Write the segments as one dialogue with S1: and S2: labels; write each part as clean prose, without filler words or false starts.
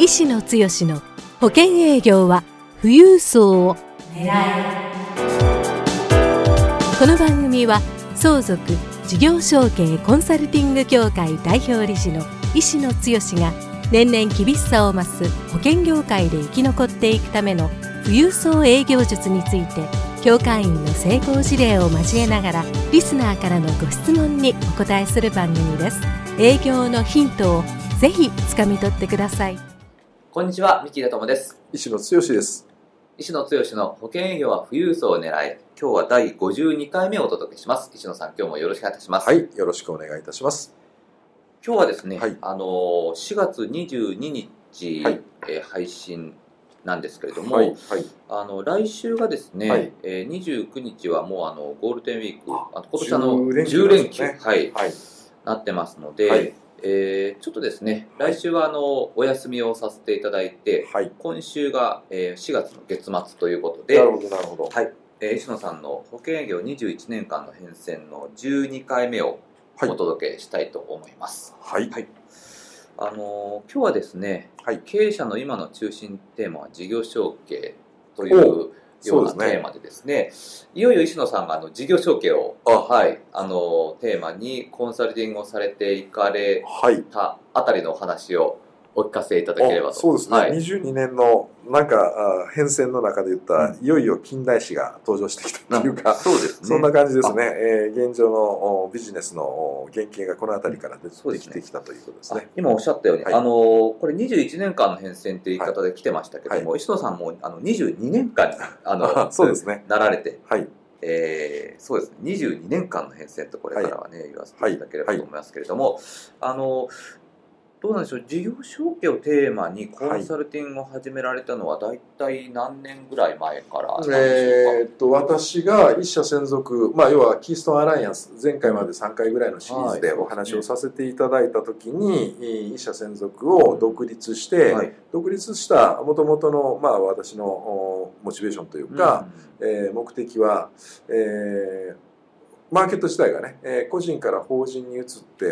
S1: 石野剛の保険営業は富裕層を狙え。この番組は相続事業承継コンサルティング協会代表理事の石野剛が年々厳しさを増す保険業界で生き残っていくための富裕層営業術について、協会員の成功事例を交えながらリスナーからのご質問にお答えする番組です。営業のヒントをぜひつかみ取ってください。
S2: こんにちは、三木田智です。
S3: 石野剛です。
S2: 石野剛の保険営業は富裕層を狙い。今日は第52回目をお届けします。石野さん、今日もよろしくお願いいたします。
S3: はい、よろしくお願いいたします。
S2: 今日はですね、
S3: はい、
S2: 4月22日、
S3: はい
S2: 配信なんですけれども、
S3: はい
S2: 来週がですね、
S3: はい、
S2: 29日はもうゴールデンウィーク、今年
S3: 10連休、
S2: はいなってますので、
S3: はい
S2: ちょっとですね、来週はお休みをさせていただいて、
S3: はい、
S2: 今週が、4月の月末ということで、
S3: なるほどなるほど、
S2: はい、石野さんの保険営業21年間の変遷の12回目をお届けしたいと思います。
S3: はい、
S2: はい、今日はですね、
S3: はい、
S2: 経営者の今の中心テーマは事業承継というようなテーマでですね、いよいよ石野さんが事業承継をテーマにコンサルティングをされていかれたあたりのお話をお聞かせいただければと。
S3: そうですね、22年のなんか変遷の中で言った、いよいよ近代史が登場してきたというか、
S2: そうですね、
S3: そんな感じですね。現状のビジネスの原型がこの辺りから出てきてきたということですね。
S2: 今おっしゃったように、これ21年間の変遷という言い方で来てましたけども、石野さんも22年間に
S3: そうですね、
S2: なられて、
S3: はい、
S2: そうですね、22年間の変遷とこれからはね、言わせていただければと思いますけれども、どうなんでしょう、事業承継をテーマにコンサルティングを始められたのは大体何年ぐらい前からなんでしょうか。
S3: 私が一社専属、要はキーストンアライアンス、前回まで3回ぐらいのシリーズでお話をさせていただいたときに、一社専属を独立して、独立したもともとの、私のモチベーションというか、目的は、マーケット自体がね、個人から法人に移って、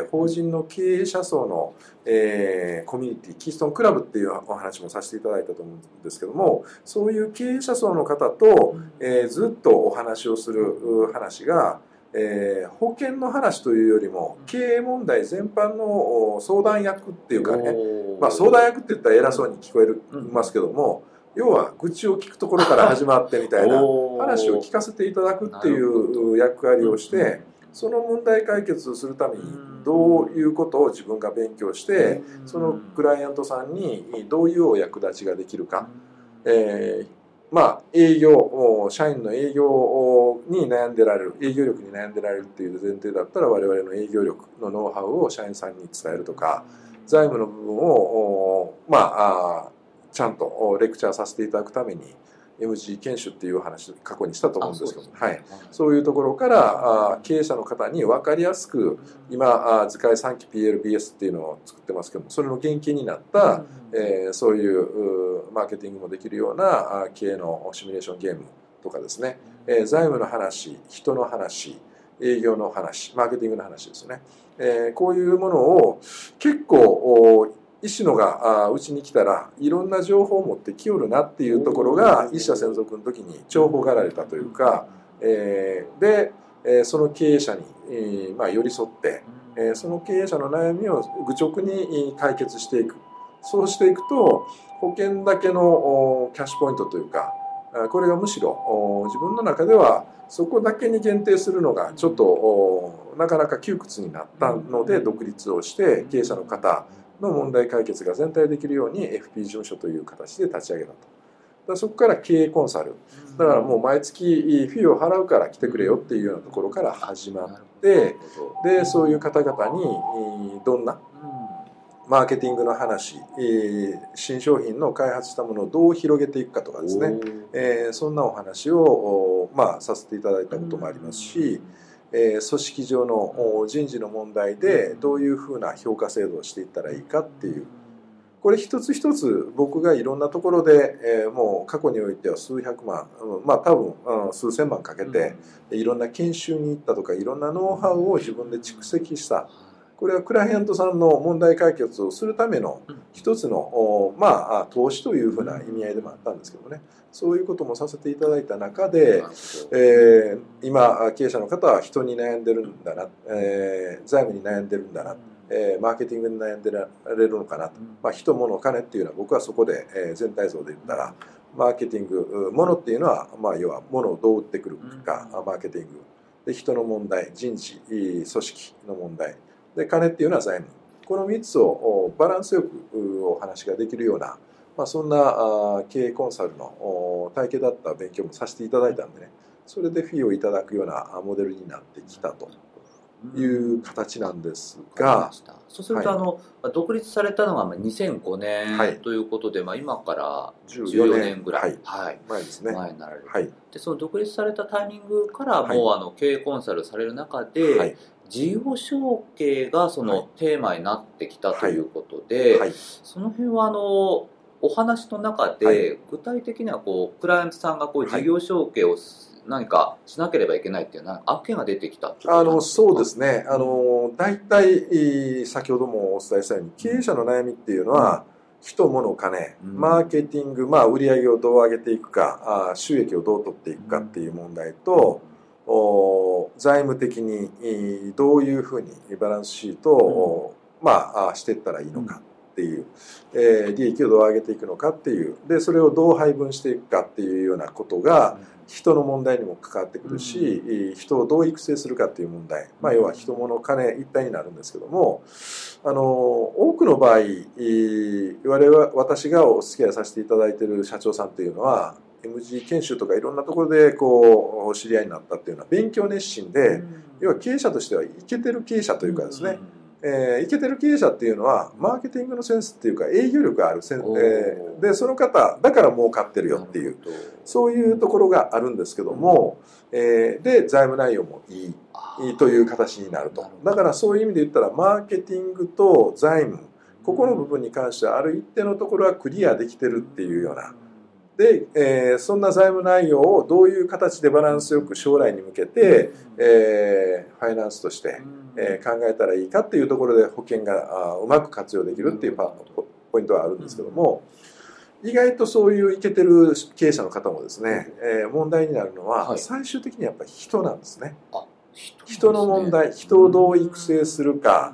S3: 法人の経営者層の、コミュニティ、キーストンクラブっていうお話もさせていただいたと思うんですけども、そういう経営者層の方と、ずっとお話をする話が、保険の話というよりも、経営問題全般の相談役っていうかね、相談役って言ったら偉そうに聞こえますけども、要は愚痴を聞くところから始まってみたいな話を聞かせていただくっていう役割をして、その問題解決をするためにどういうことを自分が勉強して、そのクライアントさんにどういうお役立ちができるか、営業、社員の営業に悩んでられる、営業力に悩んでられるっていう前提だったら、我々の営業力のノウハウを社員さんに伝えるとか、財務の部分をちゃんとレクチャーさせていただくために MG 研修っていう話過去にしたと思うんですけども、そういうところから経営者の方に分かりやすく、今図解3期 PLBS っていうのを作ってますけども、それの原型になった、そういうマーケティングもできるような経営のシミュレーションゲームとかですね、財務の話、人の話、営業の話、マーケティングの話ですね、こういうものを結構石野がうちに来たらいろんな情報を持ってきよるなっていうところが一社専属の時に重宝がられたというか、でその経営者に寄り添って、その経営者の悩みを愚直に解決していく。そうしていくと保険だけのキャッシュポイントというか、これがむしろ自分の中ではそこだけに限定するのがちょっとなかなか窮屈になったので、独立をして経営者の方の問題解決が全体できるように FP 事務所という形で立ち上げたと。だからそこから経営コンサル、だからもう毎月フィーを払うから来てくれよっていうようなところから始まって、でそういう方々にどんなマーケティングの話、新商品の開発したものをどう広げていくかとかですね、そんなお話をさせていただいたこともありますし、組織上の人事の問題でどういうふうな評価制度をしていったらいいかっていう、これ一つ一つ僕がいろんなところで、もう過去においては数百万、多分数千万かけていろんな研修に行ったとか、いろんなノウハウを自分で蓄積したこれはクライアントさんの問題解決をするための一つの、投資というふうな意味合いでもあったんですけどね、そういうこともさせていただいた中で、今経営者の方は人に悩んでるんだな、財務に悩んでるんだな、マーケティングに悩んでられるのかなと、人物金っていうのは僕はそこで、全体像で言ったらマーケティング物っていうのは、要は物をどう売ってくるか、マーケティングで、人の問題、人事組織の問題で、金っていうのは財務、この3つをバランスよくお話ができるような、そんな経営コンサルの体系だった勉強もさせていただいたんでね、それでフィーをいただくようなモデルになってきたという形なんですが、
S2: そうすると、独立されたのが2005年ということで、今から14年ぐらい、
S3: 前ですね。
S2: 前になられる、でその独立されたタイミングからもう経営コンサルされる中で、事業承継がそのテーマになってきたということで、その辺はお話の中で具体的にはクライアントさんが事業承継を何かしなければいけないっていう案件が出てきた
S3: そうですね。大体先ほどもお伝えしたように、経営者の悩みっていうのは、人物金、マーケティング、売り上げをどう上げていくか、収益をどう取っていくかっていう問題と、財務的にどういうふうにバランスシートを、していったらいいのかっていう、利益をどう上げていくのかっていう、でそれをどう配分していくかっていうようなことが人の問題にも関わってくるし、人をどう育成するかっていう問題、要は人物金一体になるんですけども、多くの場合私がお付き合いさせていただいている社長さんっていうのは MG 研修とかいろんなところでお知り合いになったっていうのは勉強熱心で、要は経営者としてはイケてる経営者というかですね、イケてる経営者っていうのはマーケティングのセンスっていうか営業力があるでその方だから儲かってるよっていう、そういうところがあるんですけども、で財務内容もいいという形になると。だからそういう意味で言ったらマーケティングと財務、ここの部分に関してはある一定のところはクリアできてるっていうようなで、そんな財務内容をどういう形でバランスよく将来に向けて、ファイナンスとして考えたらいいかっていうところで保険がうまく活用できるっていうポイントはあるんですけども、意外とそういうイケてる経営者の方もですね、問題になるのは最終的にやっぱり人なんですね。人の問題、人をどう育成するか、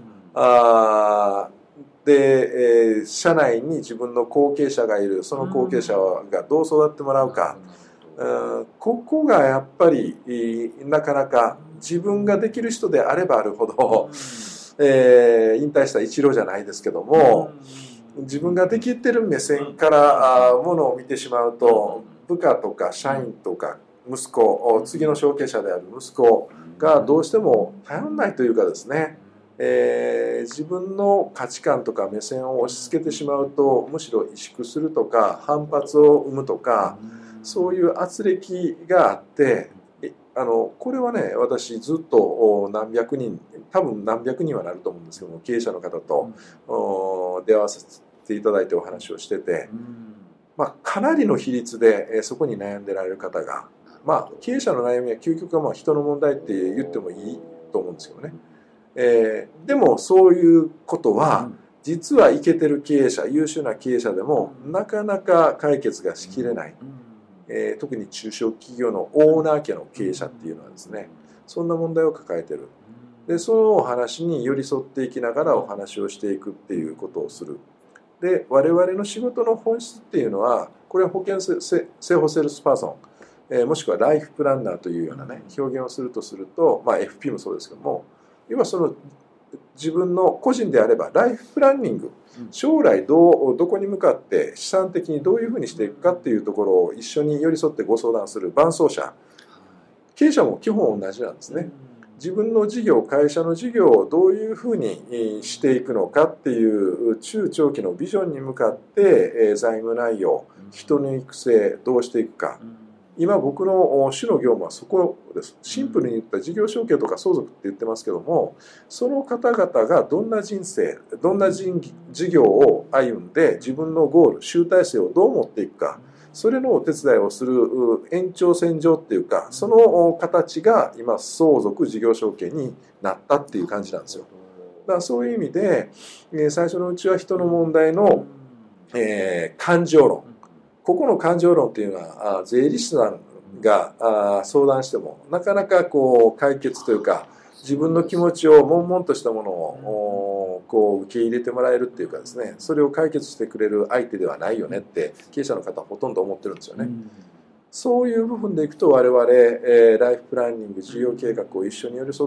S3: で、社内に自分の後継者がいる、その後継者がどう育ってもらうか、ここがやっぱりなかなか自分ができる人であればあるほど、引退したイチローじゃないですけども、自分ができてる目線からものを見てしまうと、部下とか社員とか息子、次の承継者である息子がどうしても頼らないというかですね、自分の価値観とか目線を押し付けてしまうと、むしろ萎縮するとか反発を生むとか、そういう圧力があって、これはね、私ずっと何百人、多分何百人はなると思うんですけども、経営者の方と出会わせていただいてお話をしてて、かなりの比率でそこに悩んでられる方が、経営者の悩みは究極は人の問題って言ってもいいと思うんですけどね。でもそういうことは実はイケてる経営者、優秀な経営者でもなかなか解決がしきれない、特に中小企業のオーナー家の経営者っていうのはですね、そんな問題を抱えてる。でそのお話に寄り添っていきながらお話をしていくっていうことをする。で我々の仕事の本質っていうのは、これは保険生保セールスパーソン、もしくはライフプランナーというようなね表現をするとFP もそうですけども、今その自分の個人であればライフプランニング、将来どこに向かって資産的にどういうふうにしていくかっていうところを一緒に寄り添ってご相談する伴走者、経営者も基本同じなんですね。自分の事業、会社の事業をどういうふうにしていくのかっていう中長期のビジョンに向かって財務内容、人の育成どうしていくか、今僕の主の業務はそこです。シンプルに言った事業承継とか相続って言ってますけども、その方々がどんな人生、どんな事業を歩んで自分のゴール、集大成をどう持っていくか、それのお手伝いをする延長線上っていうか、その形が今相続事業承継になったっていう感じなんですよ。 だからそういう意味で、最初のうちは人の問題の、感情論、ここの感情論っていうのは税理士さんが相談してもなかなかこう解決というか、自分の気持ちを悶々としたものをこう受け入れてもらえるっていうかですね、それを解決してくれる相手ではないよねって経営者の方はほとんど思ってるんですよね。そういう部分でいくと我々、ライフプランニング、事業計画を一緒に寄り添って、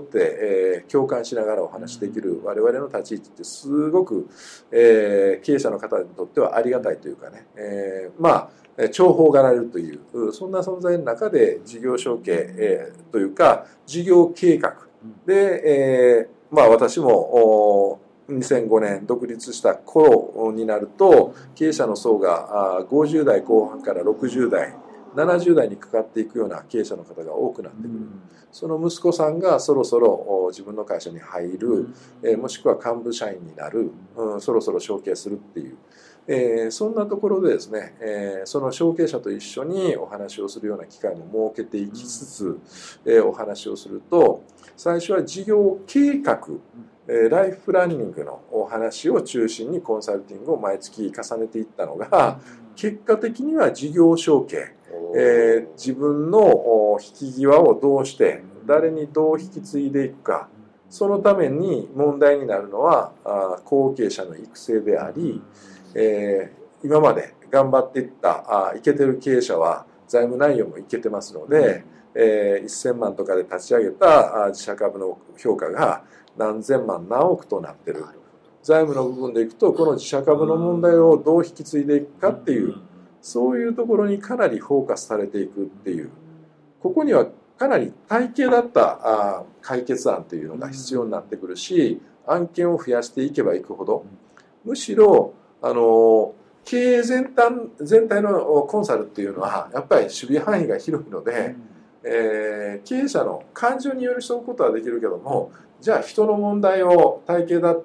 S3: 共感しながらお話しできる我々の立ち位置ってすごく、経営者の方にとってはありがたいというかね、重宝がられるというそんな存在の中で事業承継、というか事業計画で、私も2005年独立した頃になると経営者の層が50代後半から60代70代にかかっていくような経営者の方が多くなってくる。その息子さんがそろそろ自分の会社に入る、もしくは幹部社員になる、そろそろ承継するっていう、そんなところでですね、その承継者と一緒にお話をするような機会も設けていきつつ、お話をすると、最初は事業計画、ライフプランニングのお話を中心にコンサルティングを毎月重ねていったのが、結果的には事業承継、自分の引き際をどうして誰にどう引き継いでいくか、そのために問題になるのは後継者の育成であり、今まで頑張っていったイケてる経営者は財務内容もイケてますので、1000万とかで立ち上げた自社株の評価が何千万何億となってる。財務の部分でいくとこの自社株の問題をどう引き継いでいくかっていう、そういうところにかなりフォーカスされていくっていう、ここにはかなり体系だった解決案というのが必要になってくるし、案件を増やしていけばいくほど、むしろ経営全体のコンサルっていうのはやっぱり守備範囲が広いので、経営者の感情に寄り添うことはできるけども、じゃあ人の問題を体系だって、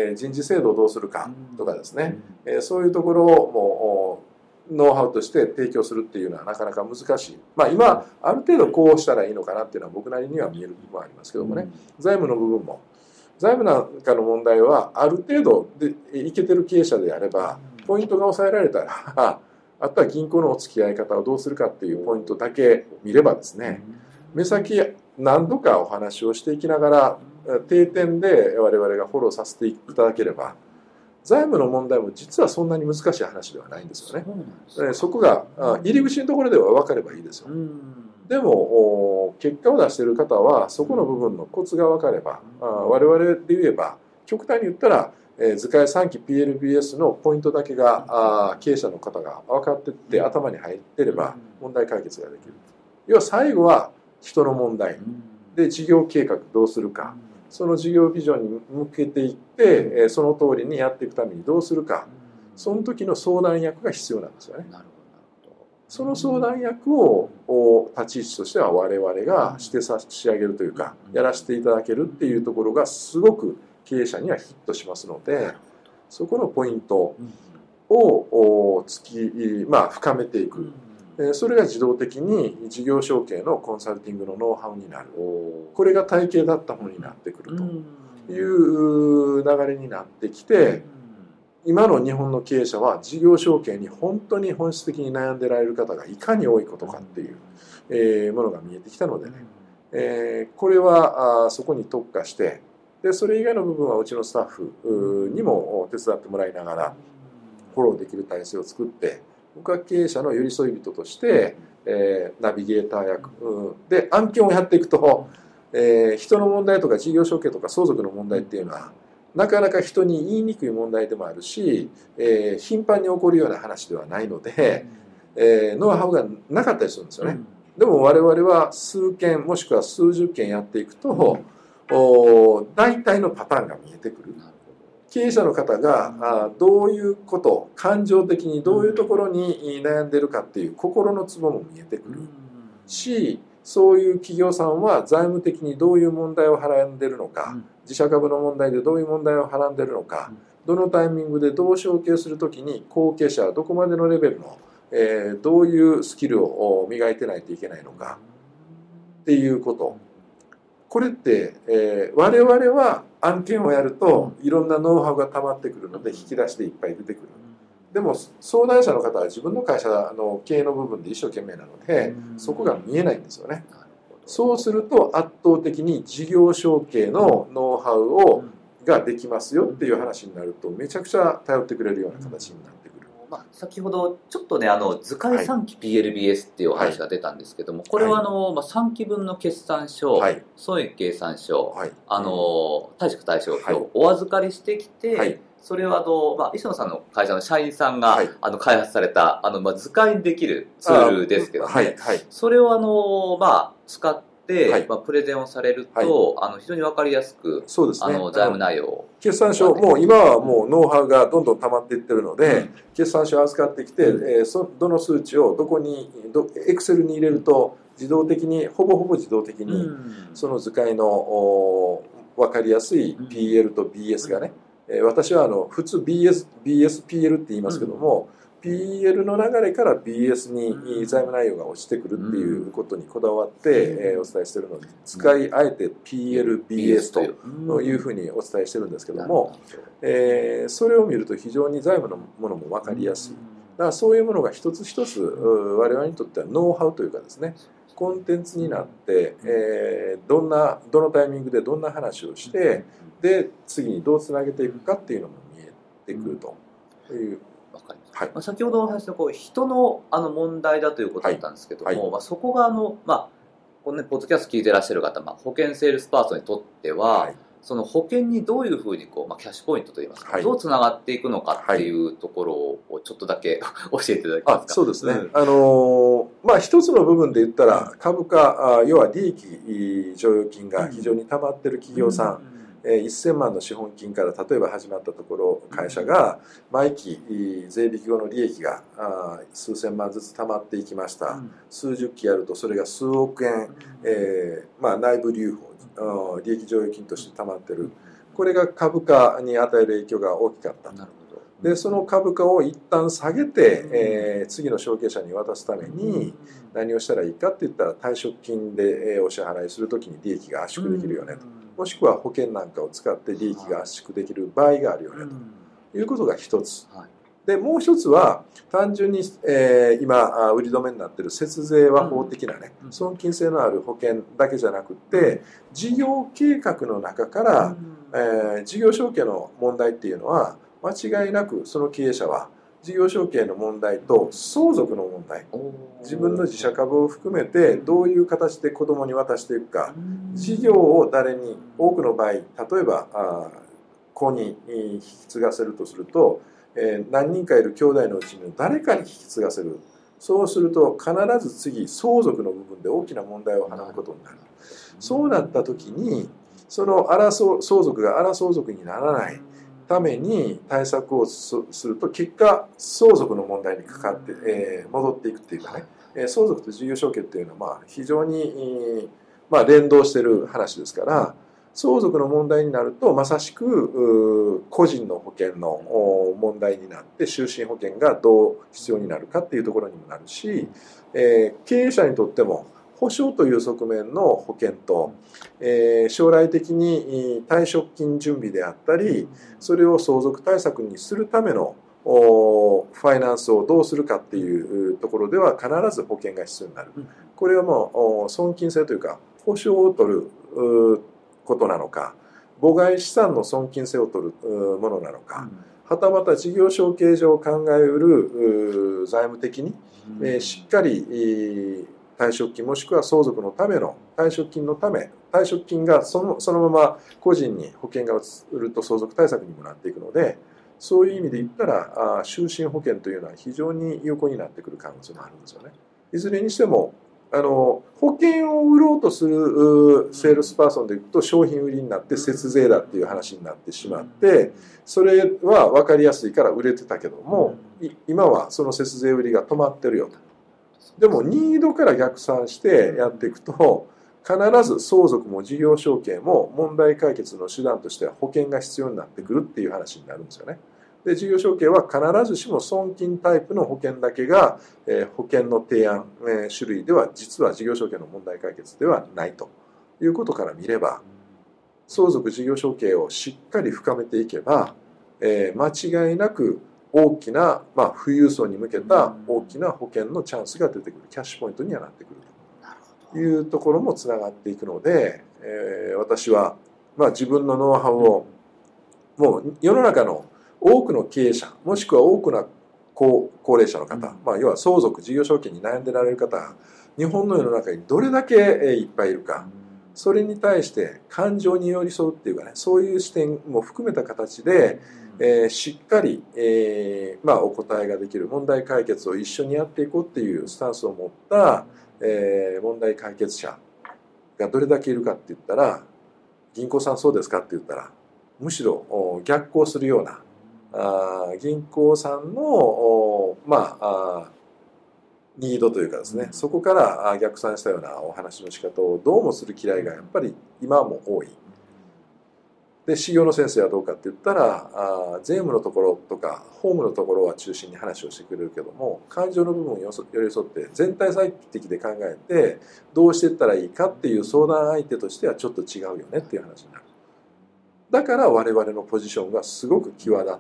S3: 人事制度をどうするかとかですね、そういうところをもうノウハウとして提供するっていうのはなかなか難しい。今ある程度こうしたらいいのかなっていうのは僕なりには見える部分はありますけどもね、財務の部分も財務なんかの問題はある程度でいけてる経営者であればポイントが抑えられたらあとは銀行のお付き合い方をどうするかっていうポイントだけ見ればですね、目先何度かお話をしていきながら定点で我々がフォローさせていただければ、財務の問題も実はそんなに難しい話ではないんですよね。そこが入り口のところでは分かればいいですよ。でも結果を出している方はそこの部分のコツが分かれば、我々で言えば極端に言ったら図解3期 PLBS のポイントだけが経営者の方が分かってって頭に入ってれば問題解決ができる。要は最後は人の問題で事業計画どうするか、その事業ビジョンに向けていってその通りにやっていくためにどうするか、その時の相談役が必要なんですよね。その相談役を立ち位置としては我々がして差し上げるというかやらせていただけるっていうところがすごく経営者にはヒットしますので、そこのポイントを深めていく。それが自動的に事業承継のコンサルティングのノウハウになる。これが体系だったものになってくるという流れになってきて、今の日本の経営者は事業承継に本当に本質的に悩んでられる方がいかに多いことかっていうものが見えてきたのでね、これはそこに特化してでそれ以外の部分はうちのスタッフにも手伝ってもらいながらフォローできる体制を作って、僕は経営者の寄り添い人として、ナビゲーター役、で案件をやっていくと、人の問題とか事業承継とか相続の問題っていうのはなかなか人に言いにくい問題でもあるし、頻繁に起こるような話ではないので、ノウハウがなかったりするんですよね。でも我々は数件もしくは数十件やっていくと大体のパターンが見えてくる。経営者の方がどういうこと、感情的にどういうところに悩んでるかっていう心のツボも見えてくるし、そういう企業さんは財務的にどういう問題をはらんでるのか、自社株の問題でどういう問題をはらんでるのか、どのタイミングでどう承継するときに後継者はどこまでのレベルの、どういうスキルを磨いてないといけないのかっていうこと、 これって、我々は案件をやるといろんなノウハウが溜まってくるので引き出していっぱい出てくる。でも相談者の方は自分の会社の経営の部分で一生懸命なのでそこが見えないんですよね。そうすると圧倒的に事業承継のノウハウができますよっていう話になるとめちゃくちゃ頼ってくれるような形になってくる。
S2: 先ほどちょっとね図解3期 PLBS っていうお話が出たんですけども、これは3期分の決算書、損益計算書、貸借対照表、お預かりしてきて、それを石野さんの会社の社員さんが、開発された図解にできるツールですけどね、それを使って、プレゼンをされると、非常に分かりやすく、財務内容を
S3: 決算書もう今はもうノウハウがどんどん溜まっていってるので、決算書を預かってきて、どの数値をどこにエクセルに入れると自動的にほぼ自動的にその図解の分かりやすい PL と BS がね、私は普通 BSPL って言いますけども、PL の流れから BS に財務内容が落ちてくるっていうことにこだわってお伝えしているので、使いあえて PLBS というふうにお伝えしてるんですけども、それを見ると非常に財務のものも分かりやすい。だからそういうものが一つ一つ我々にとってはノウハウというかですね、コンテンツになって、どのタイミングでどんな話をしてで次にどうつなげていくかっていうのも見えてくるという。
S2: 先ほどお話した人の問題だということだったんですけども、そこがこのポッドキャスト聞いてらっしゃる方、保険セールスパーソンにとっては、その保険にどういうふうにキャッシュポイントといいますか、どうつながっていくのかっていうところをちょっとだけ教えていただけますか。
S3: そうですね、一つの部分で言ったら株価、要は利益剰余金が非常に溜まってる企業さん、1000万の資本金から例えば始まったところ会社が毎期税引き後の利益が数千万ずつ溜まっていきました、数十期やるとそれが数億円、内部留保利益剰余金として溜まってる。これが株価に与える影響が大きかったと。でその株価を一旦下げて、次の承継者に渡すために何をしたらいいかって言ったら退職金でお支払いするときに利益が圧縮できるよねと、もしくは保険なんかを使って利益が圧縮できる場合があるよねということが一つ。でもう一つは単純に、今売り止めになっている節税和法的なね、損金性のある保険だけじゃなくって事業計画の中から、事業承継の問題っていうのは間違いなくその経営者は事業承継の問題と相続の問題、自分の自社株を含めてどういう形で子どもに渡していくか、事業を誰に多くの場合例えば子に引き継がせるとすると、何人かいる兄弟のうちの誰かに引き継がせる。そうすると必ず次相続の部分で大きな問題をはらむことになる。そうなった時にその相続が荒相続にならないために対策をすると結果相続の問題にかかって、戻っていくっていうかね、相続と事業承継っていうのは非常に、連動している話ですから、相続の問題になるとまさしく個人の保険の問題になって終身保険がどう必要になるかっていうところにもなるし、経営者にとっても保証という側面の保険と、将来的に退職金準備であったりそれを相続対策にするためのファイナンスをどうするかっていうところでは必ず保険が必要になる。これはもう損金性というか保証を取ることなのか、母外資産の損金性を取るものなのか、はたまた事業承継上考えうる財務的にしっかり退職金もしくは相続のための退職金のため、退職金がそのまま個人に保険が移ると相続対策にもなっていくので、そういう意味で言ったら終身保険というのは非常に有効になってくる可能性もあるんですよね。いずれにしても保険を売ろうとするセールスパーソンでいくと商品売りになって節税だっていう話になってしまって、それは分かりやすいから売れてたけども今はその節税売りが止まってるよと。でもニードから逆算してやっていくと必ず相続も事業承継も問題解決の手段としては保険が必要になってくるっていう話になるんですよね。で事業承継は必ずしも損金タイプの保険だけが、保険の提案、種類では実は事業承継の問題解決ではないということから見れば、相続事業承継をしっかり深めていけば、間違いなく大きな、富裕層に向けた大きな保険のチャンスが出てくる、キャッシュポイントにはなってくるというところもつながっていくので、私は、自分のノウハウをもう世の中の多くの経営者、もしくは多くの高齢者の方、要は相続事業承継に悩んでられる方が日本の世の中にどれだけいっぱいいるか、それに対して感情に寄り添うっていうかね、そういう視点も含めた形で、しっかり、お答えができる問題解決を一緒にやっていこうっていうスタンスを持った、問題解決者がどれだけいるかって言ったら、銀行さんそうですかって言ったら、むしろ逆行するような銀行さんのニードというかですね、そこから逆算したようなお話の仕方をどうもする嫌いがやっぱり今も多い。で、修行の先生はどうかって言ったら、税務のところとか法務のところは中心に話をしてくれるけども、感情の部分を寄り添って全体最適で考えてどうしていったらいいかっていう相談相手としてはちょっと違うよねっていう話になる。だから我々のポジションがすごく際立って、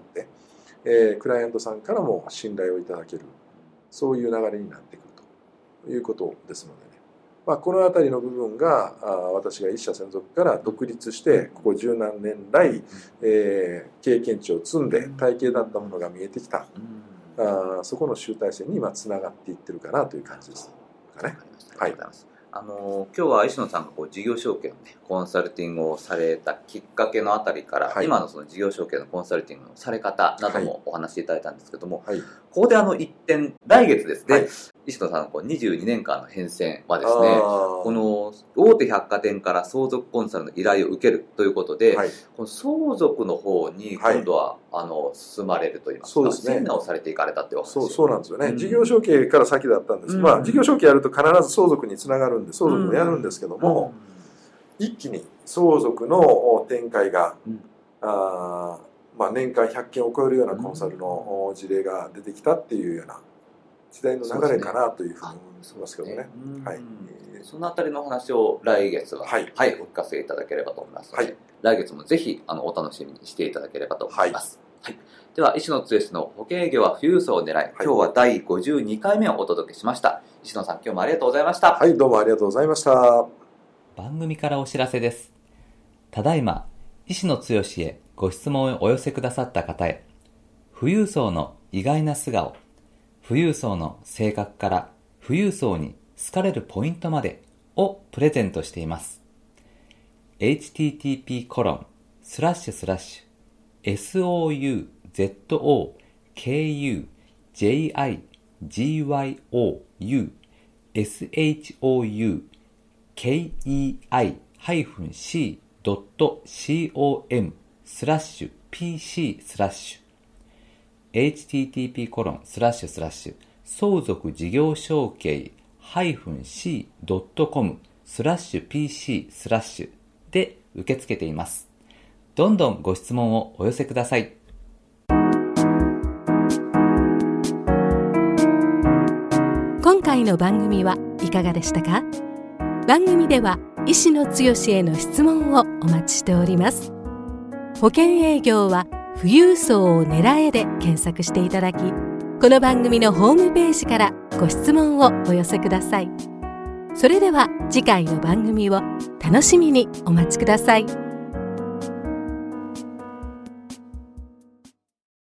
S3: クライアントさんからも信頼をいただける、そういう流れになってくるということですのでね、この辺りの部分が私が一社専属から独立してここ十何年来、経験値を積んで体系だったものが見えてきた、そこの集大成に今つながっていってるかなという感じですかね。
S2: ありがとうございます。今日は石野さんが事業承継の、コンサルティングをされたきっかけのあたりから、今のその事業承継のコンサルティングのされ方などもお話しいただいたんですけども、ここで一点、来月ですね、石野さんの22年間の変遷はですね、この大手百貨店から相続コンサルの依頼を受けるということで、この相続の方に今度は、進まれるといいますか、セミナーをされていかれたっていうお話。
S3: そうなんですよね。事業承継から先だったんです。事業承継やると必ず相続につながるんで、相続もやるんですけども、一気に相続の展開が、年間100件を超えるようなコンサルの事例が出てきたっていうような時代の流れかなというふうに思いますけどね。
S2: そのあたりの話を来月は、お聞かせいただければと思いますので、来月もぜひお楽しみにしていただければと思います。では、石野剛の保険営業は富裕層を狙い、今日は第52回目をお届けしました。石野さん、今日もありがとうございました。
S3: はい、どうもありがとうございました。
S4: 番組からお知らせです。ただいま、石野剛へご質問をお寄せくださった方へ、富裕層の意外な素顔、富裕層の性格から富裕層に好かれるポイントまでをプレゼントしています。http://souzokei-kei-jiyou.com/pc/ http:// 相続事業承継-c.com/pc/ で受け付けています。どんどんご質問をお寄せください。
S1: 今回の番組はいかがでしたか？番組では石野剛への質問をお待ちしております。保険営業は富裕層を狙えで検索していただき、この番組のホームページからご質問をお寄せください。それでは次回の番組を楽しみにお待ちください。